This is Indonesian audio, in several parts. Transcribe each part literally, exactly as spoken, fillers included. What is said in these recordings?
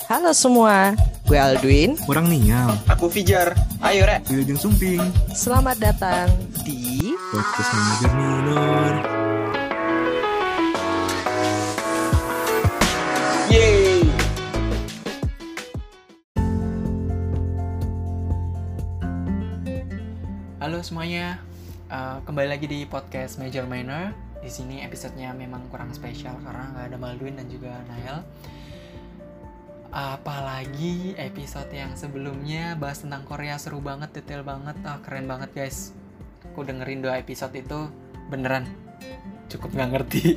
Halo semua, gue Aldwin. Kurang niam. Aku Fijar. Ayo rek. Wilujeng Sumping. Selamat datang di Podcast Manajer Minor. Yeay. Halo semuanya, uh, kembali lagi di podcast Major Minor. Di sini episodenya memang kurang spesial karena nggak ada Maldwin dan juga Nael. Apalagi episode yang sebelumnya bahas tentang Korea, seru banget, detail banget, ah keren banget guys. Aku dengerin dua episode itu beneran cukup nggak ngerti.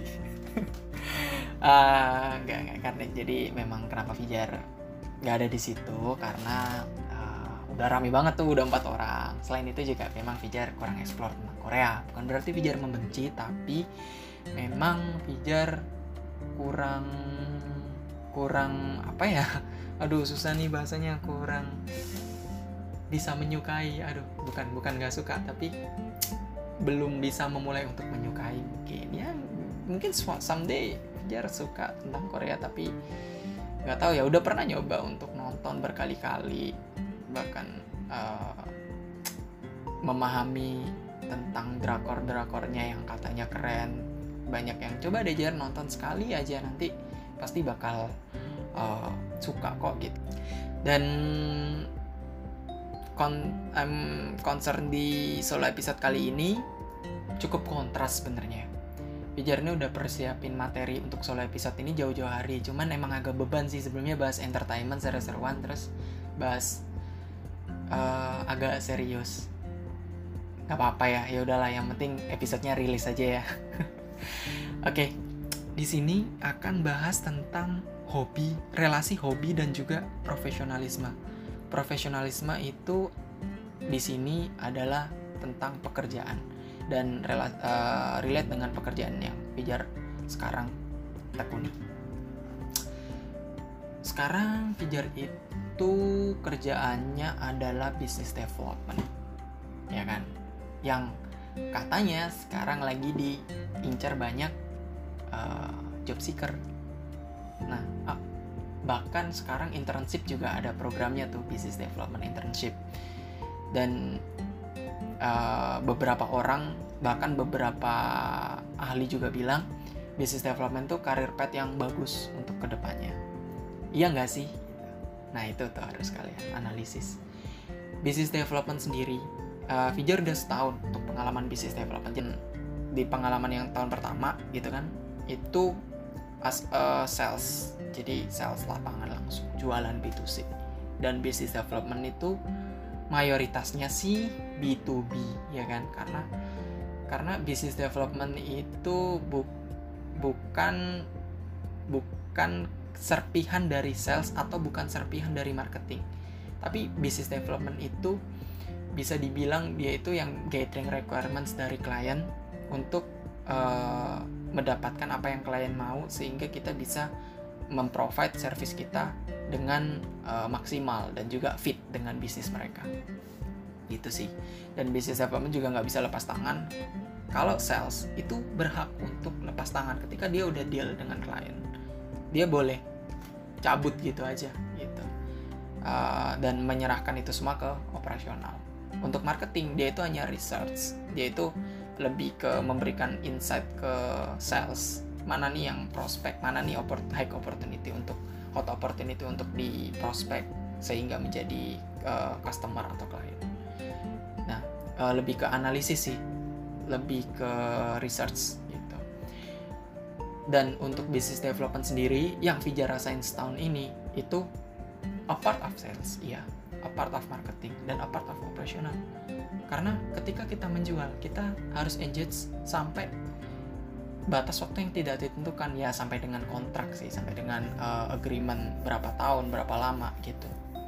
uh, nggak nggak karena jadi memang kenapa Fijar nggak ada di situ karena uh, udah rame banget tuh, udah empat orang. Selain itu juga memang Fijar kurang explore tentang Korea. Bukan berarti Fijar membenci, tapi memang Fijar kurang kurang apa ya, aduh susah nih bahasanya, kurang bisa menyukai, aduh bukan bukan nggak suka, tapi belum bisa memulai untuk menyukai. Mungkin ya mungkin someday Fijar suka tentang Korea, tapi nggak tahu ya, udah pernah nyoba untuk nonton berkali-kali, bahkan uh, memahami tentang drakor-drakornya yang katanya keren. Banyak yang coba deh Jar nonton sekali aja, nanti pasti bakal uh, suka kok gitu. Dan kon um, concern di solo episode kali ini cukup kontras sebenarnya. Fijar ini udah persiapin materi untuk solo episode ini jauh-jauh hari, cuman emang agak beban sih. Sebelumnya bahas entertainment seru-seruan, terus bahas uh, agak serius. Gak apa-apa ya, ya udahlah, yang penting episodenya rilis aja ya. Oke. Okay. Di sini akan bahas tentang hobi, relasi hobi dan juga profesionalisme. Profesionalisme itu di sini adalah tentang pekerjaan dan rela- uh, relate dengan pekerjaan yang Fijar sekarang tekuni. Sekarang Fijar itu kerjaannya adalah business development, ya kan? Yang katanya sekarang lagi diincar banyak Uh, job seeker. Nah, uh, bahkan sekarang internship juga ada programnya tuh, business development internship. Dan uh, beberapa orang, bahkan beberapa ahli juga bilang business development tuh career path yang bagus untuk kedepannya. Iya nggak sih? Nah itu tuh harus kalian analisis. Business development sendiri, uh, Fijar udah setahun untuk pengalaman business development. Di pengalaman yang tahun pertama gitu kan, itu as a sales, jadi sales lapangan langsung, jualan B to C. Dan business development itu mayoritasnya sih B to B, ya kan? Karena karena business development itu bu, bukan bukan serpihan dari sales atau bukan serpihan dari marketing. Tapi business development itu bisa dibilang dia itu yang gathering requirements dari klien untuk uh, mendapatkan apa yang klien mau, sehingga kita bisa memprovide service kita dengan uh, maksimal dan juga fit dengan bisnis mereka. Gitu sih. Dan business development juga nggak bisa lepas tangan. Kalau sales itu berhak untuk lepas tangan ketika dia udah deal dengan klien. Dia boleh cabut gitu aja gitu. Uh, dan menyerahkan itu semua ke operasional. Untuk marketing dia itu hanya research. Dia itu lebih ke memberikan insight ke sales, mana nih yang prospek, mana nih high opportunity untuk hot opportunity untuk di prospek sehingga menjadi uh, customer atau klien. Nah, uh, lebih ke analisis sih, lebih ke research gitu. Dan untuk business development sendiri yang Fijar rasain setahun ini itu a part of sales, iya, a part of marketing dan a part of operational. Karena ketika kita menjual, kita harus engage sampai batas waktu yang tidak ditentukan, ya sampai dengan kontrak sih, sampai dengan uh, agreement berapa tahun, berapa lama gitu.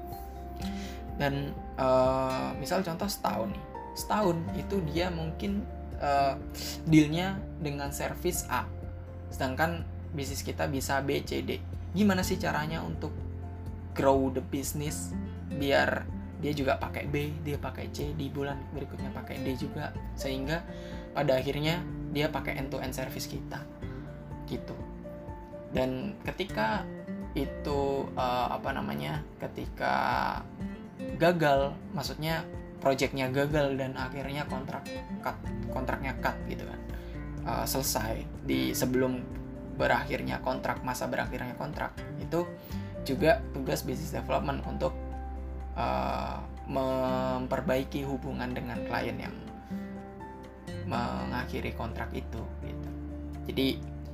Dan uh, misal contoh setahun nih, setahun itu dia mungkin uh, dealnya dengan service A, sedangkan bisnis kita bisa B, C, D. Gimana sih caranya untuk grow the business biar dia juga pakai B, dia pakai C, di bulan berikutnya pakai D juga, sehingga pada akhirnya dia pakai end to end service kita gitu. Dan ketika itu uh, apa namanya ketika gagal, maksudnya projectnya gagal dan akhirnya kontrak cut, kontraknya cut gitu kan, uh, selesai di sebelum berakhirnya kontrak, masa berakhirnya kontrak, itu juga tugas business development untuk uh, memperbaiki hubungan dengan klien yang mengakhiri kontrak itu gitu. Jadi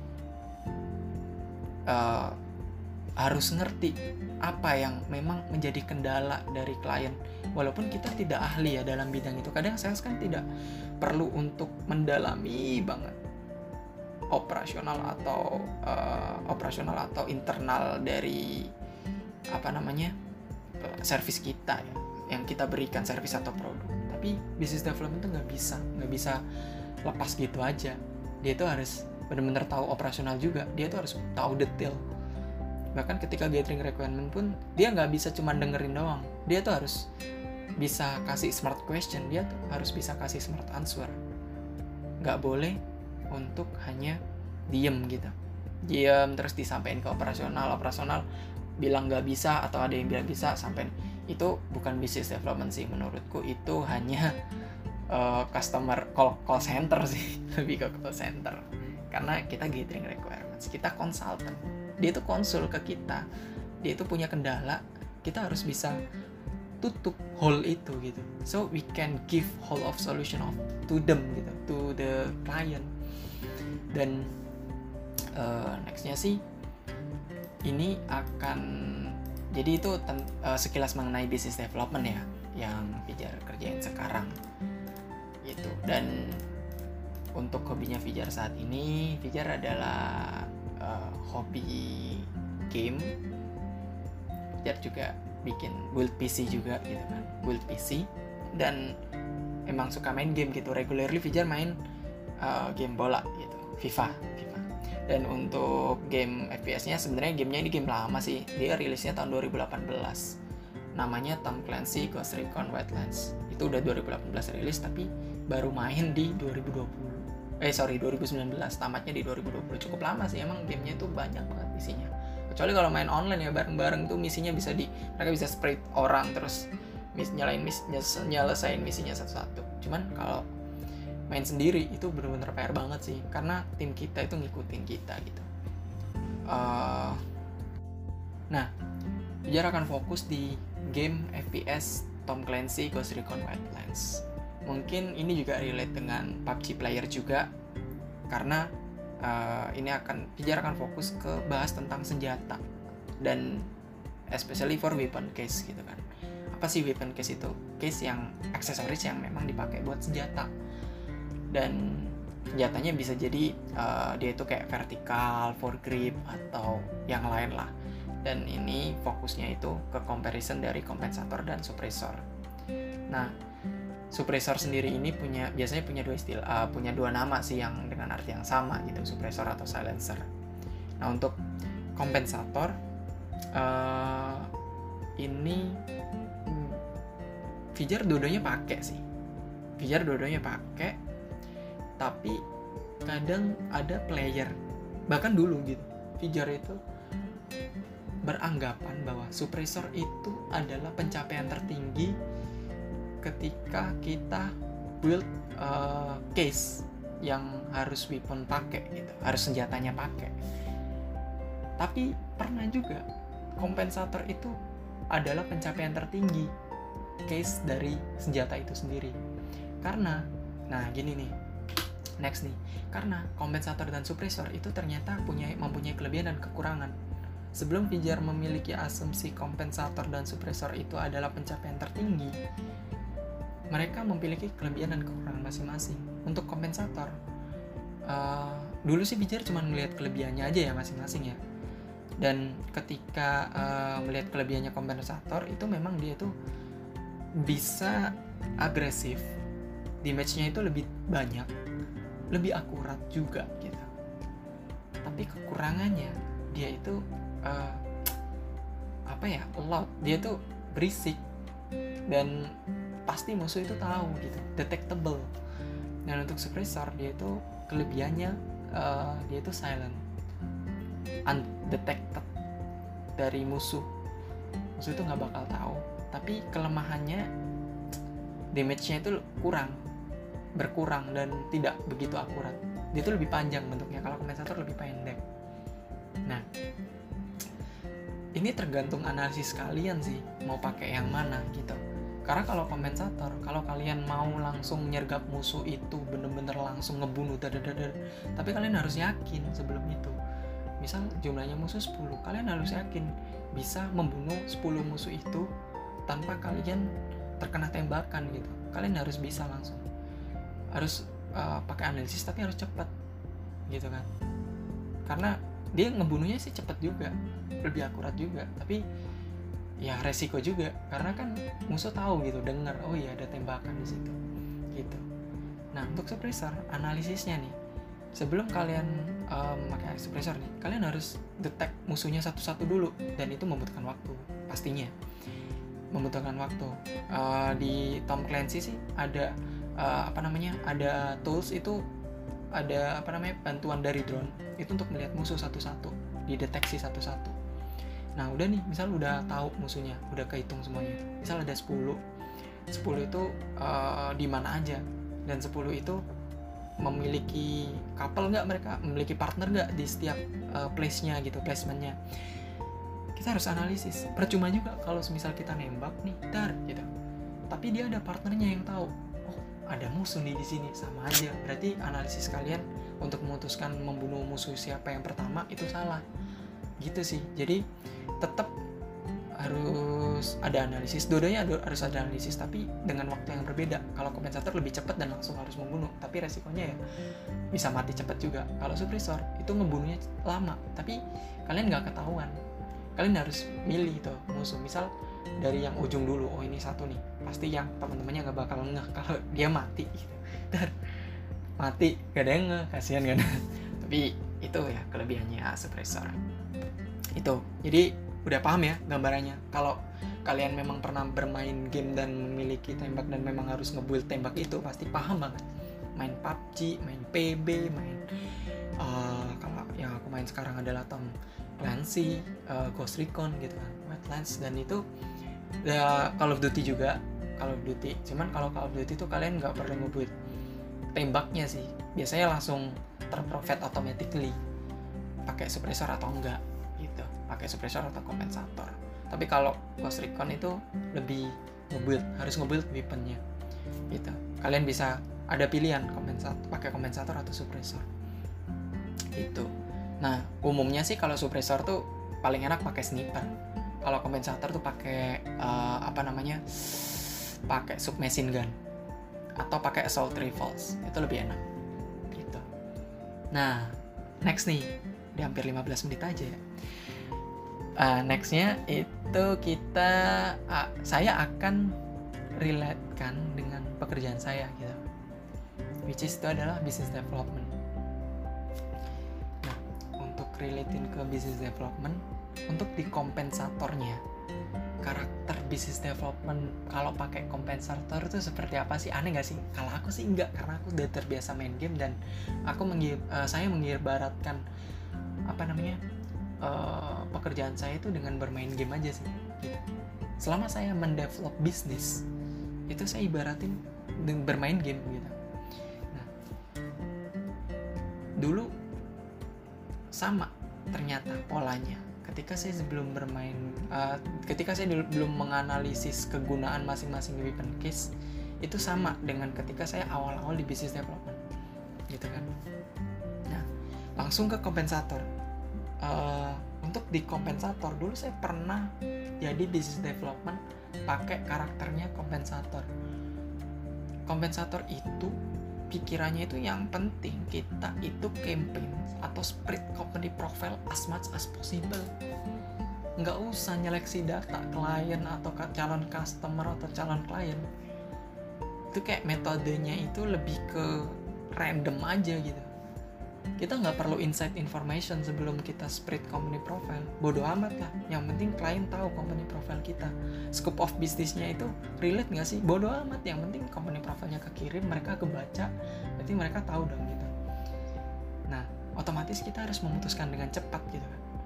uh, harus ngerti apa yang memang menjadi kendala dari klien, walaupun kita tidak ahli ya dalam bidang itu. Kadang sales kan tidak perlu untuk mendalami banget operasional atau uh, operasional atau internal dari apa namanya service kita ya, yang kita berikan service atau produk. Tapi business development itu nggak bisa nggak bisa lepas gitu aja. Dia tuh harus benar-benar tahu operasional juga. Dia tuh harus tahu detail. Bahkan ketika gathering requirement pun dia nggak bisa cuma dengerin doang, dia tuh harus bisa kasih smart question, dia tuh harus bisa kasih smart answer. Nggak boleh untuk hanya diem gitu, diem terus disampaikan ke operasional, operasional bilang nggak bisa atau ada yang bilang bisa, sampai itu bukan business development sih menurutku. Itu hanya uh, customer call, call center sih, lebih ke call center, karena kita gathering requirements, kita consultant. Dia tuh konsul ke kita, dia tuh punya kendala, kita harus bisa tutup hole itu gitu. So we can give whole of solution of to them gitu, to the client. Dan uh, nextnya sih ini akan jadi itu ten, uh, sekilas mengenai business development ya yang Fijar kerjain sekarang gitu. Dan untuk hobinya Fijar saat ini, Fijar adalah Uh, hobi game. Fijar juga bikin build P C juga gitu kan, build P C, dan emang suka main game gitu. Regularly Fijar main uh, game bola gitu, FIFA, FIFA. Dan untuk game F P S-nya sebenarnya gamenya ini game lama sih. Dia rilisnya tahun dua ribu delapan belas. Namanya Tom Clancy Ghost Recon Wildlands. Itu udah dua ribu delapan belas rilis, tapi baru main di dua ribu dua puluh. Eh sorry dua ribu sembilan belas, tamatnya di dua ribu dua puluh. Cukup lama sih, emang gamenya tuh banyak banget misinya. Kecuali kalau main online ya bareng-bareng tuh misinya bisa di, mereka bisa spread orang terus mis, nyalain mis, nyelesain misinya satu-satu. Cuman kalau main sendiri itu bener-bener P R banget sih, karena tim kita itu ngikutin kita gitu. Uh, nah, Fijar akan fokus di game F P S Tom Clancy Ghost Recon Wildlands. Mungkin ini juga relate dengan P U B G player juga, karena uh, ini akan Fijar akan fokus ke bahas tentang senjata dan especially for weapon case gitu kan. Apa sih weapon case itu? Case yang aksesoris yang memang dipakai buat senjata, dan senjatanya bisa jadi uh, dia itu kayak vertikal, foregrip atau yang lain lah. Dan ini fokusnya itu ke comparison dari kompensator dan suppressor. Nah, suppressor sendiri ini punya biasanya punya dua istilah, uh, punya dua nama sih yang dengan arti yang sama gitu, suppressor atau silencer. Nah, untuk kompensator uh, ini hmm, Fijar dua-duanya pakai sih. Fijar dua-duanya pakai, tapi kadang ada player, bahkan dulu gitu, Fijar itu beranggapan bahwa suppressor itu adalah pencapaian tertinggi ketika kita build uh, case yang harus weapon pakai gitu, harus senjatanya pakai. Tapi pernah juga kompensator itu adalah pencapaian tertinggi case dari senjata itu sendiri. Karena, nah gini nih, next nih, karena kompensator dan suppressor itu ternyata punya mempunyai kelebihan dan kekurangan. Sebelum Fijar memiliki asumsi kompensator dan suppressor itu adalah pencapaian tertinggi, mereka memiliki kelebihan dan kekurangan masing-masing. Untuk kompensator, uh, dulu sih Fijar cuma melihat kelebihannya aja ya masing-masing ya. Dan ketika uh, melihat kelebihannya kompensator, itu memang dia tuh bisa agresif, damage-nya itu lebih banyak, lebih akurat juga gitu. Tapi kekurangannya, dia itu uh, apa ya, loud, dia tuh berisik dan pasti musuh itu tahu gitu, detectable. Dan untuk suppressor, dia itu kelebihannya uh, dia itu silent, undetected. dari musuh. Musuh itu nggak bakal tahu. Tapi kelemahannya, damage-nya itu kurang, berkurang dan tidak begitu akurat. Dia itu lebih panjang bentuknya, kalau kompensator lebih pendek. Nah, ini tergantung analisis kalian sih, mau pakai yang mana gitu. Karena kalau kompensator, kalau kalian mau langsung nyergap musuh itu bener-bener langsung ngebunuh dadadadar, tapi kalian harus yakin sebelum itu. Misal jumlahnya musuh sepuluh, kalian harus yakin bisa membunuh sepuluh musuh itu tanpa kalian terkena tembakan gitu. Kalian harus bisa langsung. Harus uh, pakai analisis tapi harus cepat gitu kan. Karena dia ngebunuhnya sih cepat juga, lebih akurat juga, tapi ya resiko juga karena kan musuh tahu gitu, dengar oh iya ada tembakan di situ gitu. Nah, untuk suppressor analisisnya nih, sebelum kalian um, pakai suppressor nih, kalian harus detect musuhnya satu-satu dulu, dan itu membutuhkan waktu pastinya, membutuhkan waktu. Uh, di Tom Clancy sih ada uh, apa namanya ada tools itu, ada apa namanya bantuan dari drone itu untuk melihat musuh satu-satu, dideteksi satu-satu. Nah udah nih, misal udah tahu musuhnya, udah kehitung semuanya, misal ada sepuluh sepuluh itu uh, di mana aja, dan sepuluh itu memiliki couple nggak, mereka memiliki partner nggak di setiap uh, place-nya gitu, placement-nya. Kita harus analisis. Percuma juga kalau misal kita nembak nih, dar gitu, tapi dia ada partnernya yang tahu, oh ada musuh nih di sini, sama aja. Berarti analisis kalian untuk memutuskan membunuh musuh siapa yang pertama itu salah. Gitu sih. Jadi tetap harus ada analisis. Dua-duanya harus ada analisis, tapi dengan waktu yang berbeda. Kalau kompensator lebih cepat dan langsung harus membunuh, tapi resikonya ya bisa mati cepat juga. Kalau suppressor itu ngebunuhnya lama, tapi kalian nggak ketahuan. Kalian harus milih tuh musuh. Misal dari yang ujung dulu, oh ini satu nih, pasti yang teman-temannya nggak bakal ngeh kalau dia mati gitu. Dan mati gak ada yang ngeh, kasihan kan. Tapi itu ya kelebihannya suppressor itu. Jadi udah paham ya gambarannya. Kalau kalian memang pernah bermain game dan memiliki tembak dan memang harus nge-build tembak itu, pasti paham banget. Main P U B G, main P B, main uh, kalau yang aku main sekarang adalah Tom Clancy, uh, Ghost Recon gitu kan, Wildlands, dan itu ya Call of Duty juga, Call of Duty. Cuman kalau Call of Duty itu kalian nggak perlu nge-build tembaknya sih, biasanya langsung terprovide automatically pakai suppressor atau enggak gitu, pakai suppressor atau kompensator. Tapi kalau Ghost Recon itu lebih nge-build, harus nge-build weaponnya gitu. Kalian bisa ada pilihan kompensator, pakai kompensator atau suppressor gitu. Nah umumnya sih kalau suppressor tuh paling enak pakai sniper. Kalau kompensator tuh pakai uh, apa namanya pakai submachine gun atau pakai assault rifles, itu lebih enak gitu. Nah next nih, udah hampir lima belas menit aja ya. Uh, nextnya itu kita uh, saya akan relate-kan dengan pekerjaan saya gitu, which is itu adalah business development. Nah untuk relatein ke business development, untuk di kompensatornya, karakter business development kalau pakai kompensator itu seperti apa sih? Aneh nggak sih? Kalau aku sih enggak, karena aku udah terbiasa main game dan aku mengir, uh, saya mengibaratkan apa namanya uh, pekerjaan saya itu dengan bermain game aja sih. Gitu. Selama saya mendevelop bisnis, itu saya ibaratin dengan bermain game gitu. Nah, dulu sama ternyata polanya. Ketika saya sebelum bermain, uh, ketika saya dulu belum menganalisis kegunaan masing-masing weapon case, itu sama dengan ketika saya awal-awal di business development, gitu kan. Nah, langsung ke kompensator. Uh, untuk di kompensator dulu saya pernah jadi business development pakai karakternya kompensator. Kompensator itu pikirannya itu yang penting kita itu campaign atau spread company profile as much as possible. Nggak usah nyeleksi data klien atau calon customer atau calon klien. Itu kayak metodenya itu lebih ke random aja gitu. Kita nggak perlu insight information sebelum kita spread company profile. Bodoh amat lah. Yang penting klien tahu company profile kita. Scope of bisnisnya itu relate nggak sih? Bodoh amat. Yang penting company profile-nya kekirim, mereka kebaca, berarti mereka tahu dong gitu. Nah, otomatis kita harus memutuskan dengan cepat gitu kan.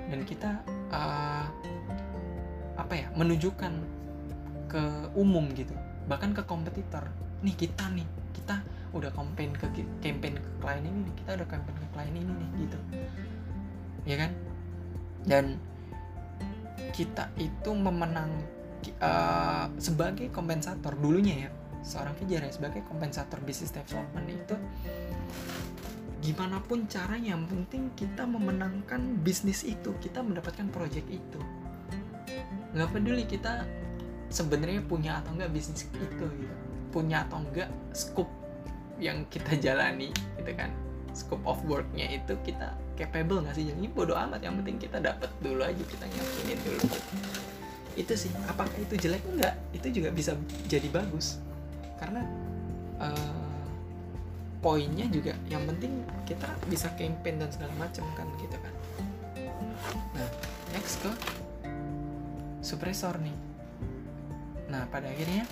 dan kita uh, apa ya menunjukkan ke umum gitu, bahkan ke kompetitor. Nih kita nih kita udah campaign ke campaign ke klien ini nih, kita udah campaign ke klien ini nih gitu, ya kan? Dan kita itu memenang uh, sebagai kompensator dulunya ya, seorang Fijar ya, sebagai kompensator business development itu gimana pun caranya, yang penting kita memenangkan bisnis itu, kita mendapatkan project itu. Nggak peduli kita sebenarnya punya atau enggak bisnis itu gitu, punya atau enggak scope yang kita jalani gitu kan, scope of worknya itu kita capable nggak sih, jadi bodo amat, yang penting kita dapat dulu aja, kita yakinin dulu. Itu sih, apakah itu jelek enggak, itu juga bisa jadi bagus, karena uh, poinnya juga yang penting kita bisa campaign dan segala macam kan gitu kan. Nah next ke suppressor nih. Nah pada akhirnya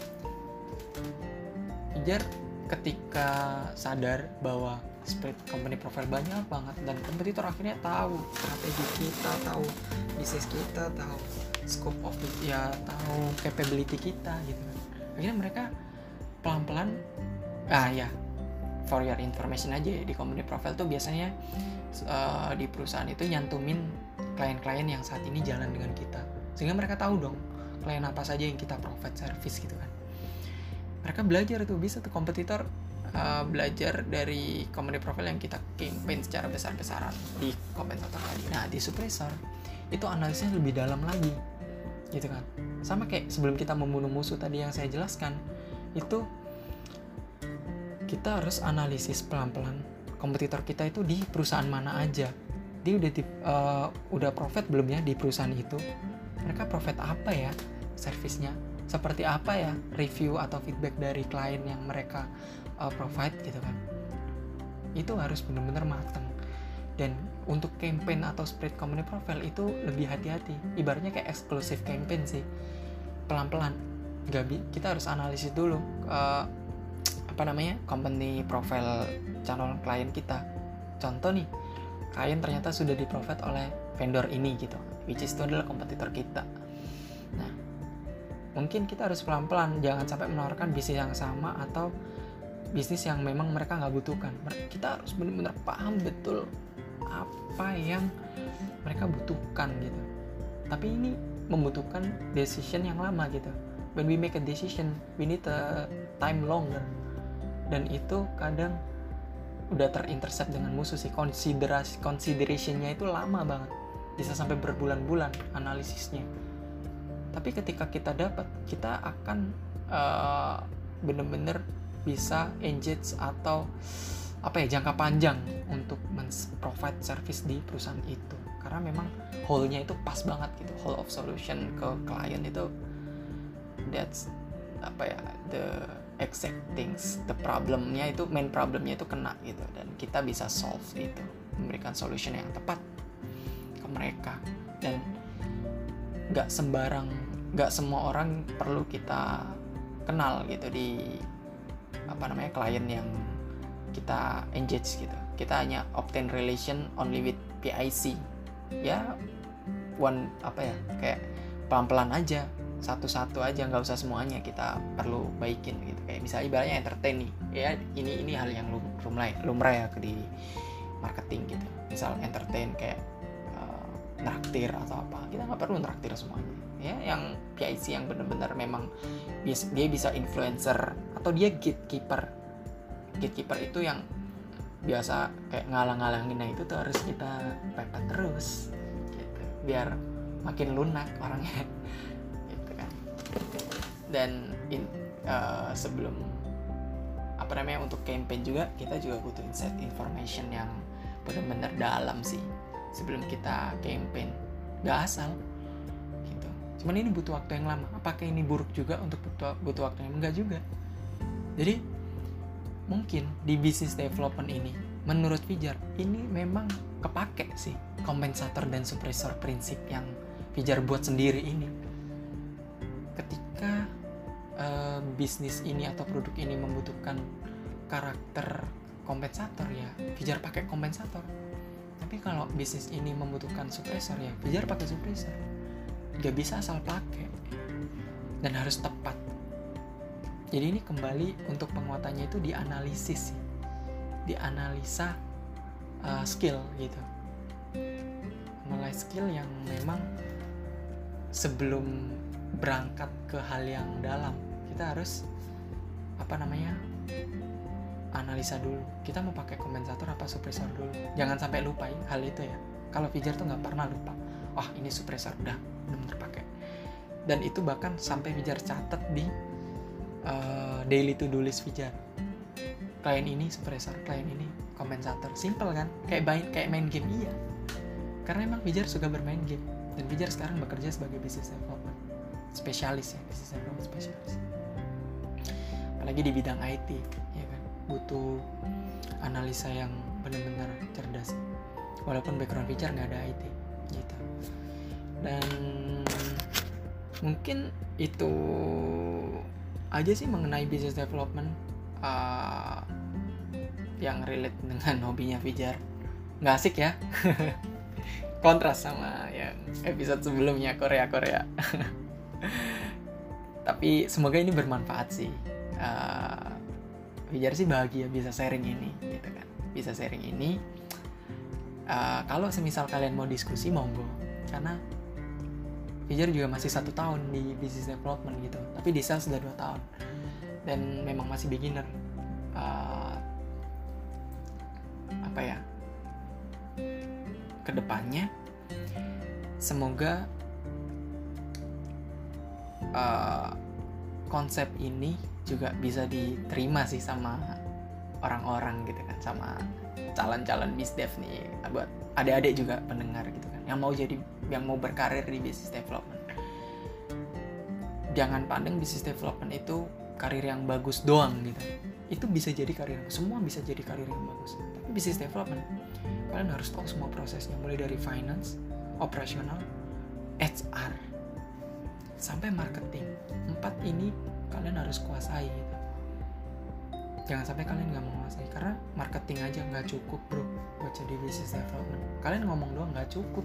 Fijar ketika sadar bahwa spread company profile banyak banget dan kompetitor akhirnya tahu strategi kita, tahu bisnis kita, tahu scope of it, ya tahu capability kita gitu kan. Akhirnya mereka pelan-pelan, ah ya for your information aja ya, di company profile tuh biasanya uh, di perusahaan itu nyantumin klien-klien yang saat ini jalan dengan kita, sehingga mereka tahu dong klien apa saja yang kita provide service gitu kan. Mereka belajar tuh, bisa tuh kompetitor uh, belajar dari company profile yang kita campaign secara besar-besaran di kompensator tadi. Nah di suppressor itu analisisnya lebih dalam lagi gitu kan, sama kayak sebelum kita membunuh musuh tadi yang saya jelaskan, itu kita harus analisis pelan-pelan kompetitor kita itu di perusahaan mana aja, dia udah di, uh, udah profit belum ya di perusahaan itu, mereka profit apa ya, servisnya seperti apa ya, review atau feedback dari klien yang mereka uh, provide gitu kan. Itu harus benar-benar matang. Dan untuk campaign atau spread company profile itu lebih hati-hati, ibaratnya kayak eksklusif campaign sih, pelan-pelan. Nggak bi- kita harus analisis dulu uh, apa namanya company profile channel klien kita. Contoh nih, klien ternyata sudah di provide oleh vendor ini gitu, which is itu adalah kompetitor kita. Nah mungkin kita harus pelan-pelan, jangan sampai menawarkan bisnis yang sama atau bisnis yang memang mereka nggak butuhkan. Kita harus benar-benar paham betul apa yang mereka butuhkan gitu. Tapi ini membutuhkan decision yang lama gitu. When we make a decision, we need a time longer. Dan itu kadang udah terintercept dengan musuh sih. Konsiderasi considerationnya itu lama banget, bisa sampai berbulan-bulan analisisnya. Tapi ketika kita dapat, kita akan uh, benar-benar bisa engage atau apa ya, jangka panjang untuk men-provide service di perusahaan itu, karena memang whole-nya itu pas banget gitu, whole of solution ke klien itu, that's apa ya, the exact things, the problemnya itu, main problemnya itu kena gitu, dan kita bisa solve itu, memberikan solution yang tepat ke mereka. Dan nggak sembarang, nggak semua orang perlu kita kenal gitu di apa namanya klien yang kita engage gitu. Kita hanya obtain relation only with P I C ya, one apa ya, kayak pelan-pelan aja, satu-satu aja, nggak usah semuanya kita perlu baikin gitu. Kayak misalnya ibaratnya entertain nih ya, ini ini hal yang lumrah lumrah ya di marketing gitu. Misal entertain kayak traktir atau apa, kita nggak perlu traktir semuanya ya. Yang P I C yang benar-benar memang dia bisa influencer atau dia gatekeeper, gatekeeper itu yang biasa kayak ngalang-ngalangin, nah itu tuh harus kita pepet terus gitu, biar makin lunak orangnya gitu kan. Dan in, uh, sebelum apa namanya untuk campaign juga, kita juga butuh insight information yang benar-benar dalam sih sebelum kita campaign, gak asal gitu. Cuman ini butuh waktu yang lama. Apakah ini buruk juga untuk butuh, butuh waktu yang enggak juga? Jadi mungkin di business development ini, menurut Fijar ini memang kepake sih kompensator dan suppressor prinsip yang Fijar buat sendiri ini. Ketika uh, bisnis ini atau produk ini membutuhkan karakter kompensator, ya Fijar pakai kompensator. Tapi Tapi kalau bisnis ini membutuhkan suppressor, ya Fijar pakai suppressor. Gak bisa asal pakai, dan harus tepat. Jadi ini kembali untuk penguatannya itu dianalisis, dianalisa uh, skill gitu. Mulai skill yang memang sebelum berangkat ke hal yang dalam, kita harus apa namanya analisa dulu. Kita mau pakai kompensator apa suppressor dulu. Jangan sampai lupain hal itu ya. Kalau Fijar tuh nggak pernah lupa. Wah, ini suppressor udah benar-benar pakai. Dan itu bahkan sampai Fijar catat di uh, daily to do list Fijar. Klien ini suppressor, klien ini kompensator. Simple kan? Kayak main kayak main game, iya. Karena emang Fijar suka bermain game. Dan Fijar sekarang bekerja sebagai business development spesialis ya, business development spesialis. Apalagi di bidang I T, ya kan? Butuh analisa yang benar-benar cerdas. Walaupun background Fijar nggak ada I T, gitu. Dan mungkin itu aja sih mengenai business development uh, yang relate dengan hobinya Fijar. Nggak asik ya? Kontras sama yang episode sebelumnya Korea-Korea. Tapi semoga ini bermanfaat sih. Uh, Fijar sih bahagia bisa sharing ini, gitu kan? Bisa sharing ini. Uh, kalau semisal kalian mau diskusi, monggo. Karena Fijar juga masih satu tahun di business development gitu. Tapi di sales sudah dua tahun. Dan memang masih beginner. Uh, apa ya? Kedepannya semoga uh, konsep ini juga bisa diterima sih sama orang-orang gitu kan, sama calon-calon bisdev nih, buat adik-adik juga pendengar gitu kan, yang mau jadi yang mau berkarir di business development. Jangan pandang business development itu karir yang bagus doang gitu. Itu bisa jadi karir, semua bisa jadi karir yang bagus. Tapi business development, kalian harus tahu semua prosesnya, mulai dari finance, operasional, H R, sampai marketing. Empat ini kalian harus kuasai gitu. Jangan sampai kalian nggak menguasai, karena marketing aja nggak cukup bro buat jadi business development. Kalian ngomong doang nggak cukup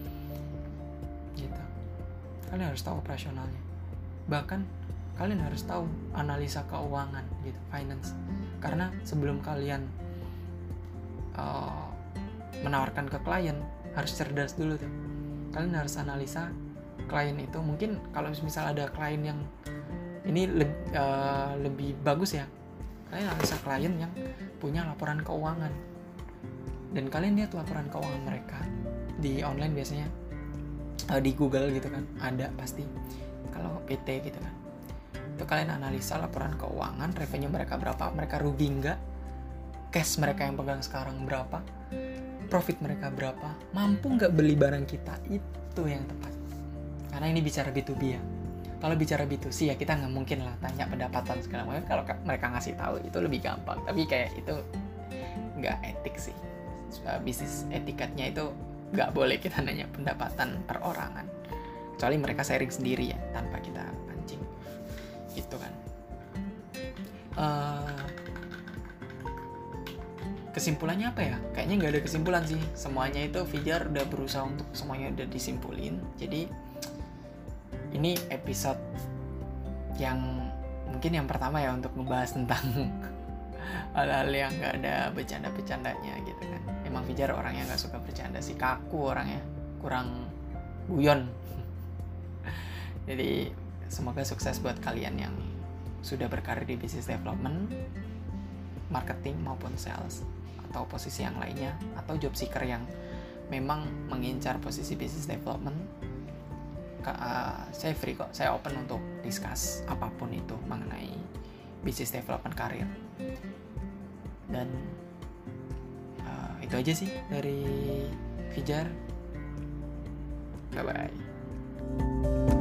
gitu. Kalian harus tahu operasionalnya. Bahkan kalian harus tahu analisa keuangan gitu, finance. Karena sebelum kalian uh, menawarkan ke klien, harus cerdas dulu tuh. Kalian harus analisa klien itu. Mungkin kalau misal ada klien yang ini le- uh, lebih bagus ya, kalian analisa klien yang punya laporan keuangan. Dan kalian lihat laporan keuangan mereka di online biasanya, uh, di Google gitu kan, ada pasti. Kalau P T gitu kan, itu kalian analisa laporan keuangan, revenue mereka berapa, mereka rugi nggak, cash mereka yang pegang sekarang berapa, profit mereka berapa, mampu nggak beli barang kita, itu yang tepat. Karena ini bicara B to B ya. Kalau bicara B to C ya kita nggak mungkin lah tanya pendapatan segala macam. Kalau mereka ngasih tahu itu lebih gampang. Tapi kayak itu nggak etik sih. Bisnis etikatnya itu nggak boleh kita nanya pendapatan perorangan. Kecuali mereka sharing sendiri ya, tanpa kita pancing. Gitu kan. Uh, kesimpulannya apa ya? Kayaknya nggak ada kesimpulan sih. Semuanya itu Fijar udah berusaha untuk semuanya udah disimpulin. Jadi ini episode yang mungkin yang pertama ya untuk ngebahas tentang hal-hal yang nggak ada bercanda-bercandanya gitu kan. Emang Fijar orangnya nggak suka bercanda sih, kaku orangnya, kurang guyon. Jadi semoga sukses buat kalian yang sudah berkarir di business development, marketing maupun sales, atau posisi yang lainnya, atau job seeker yang memang mengincar posisi business development. Uh, saya free kok, saya open untuk discuss apapun itu mengenai business development karir. Dan uh, itu aja sih dari Fijar. Bye bye.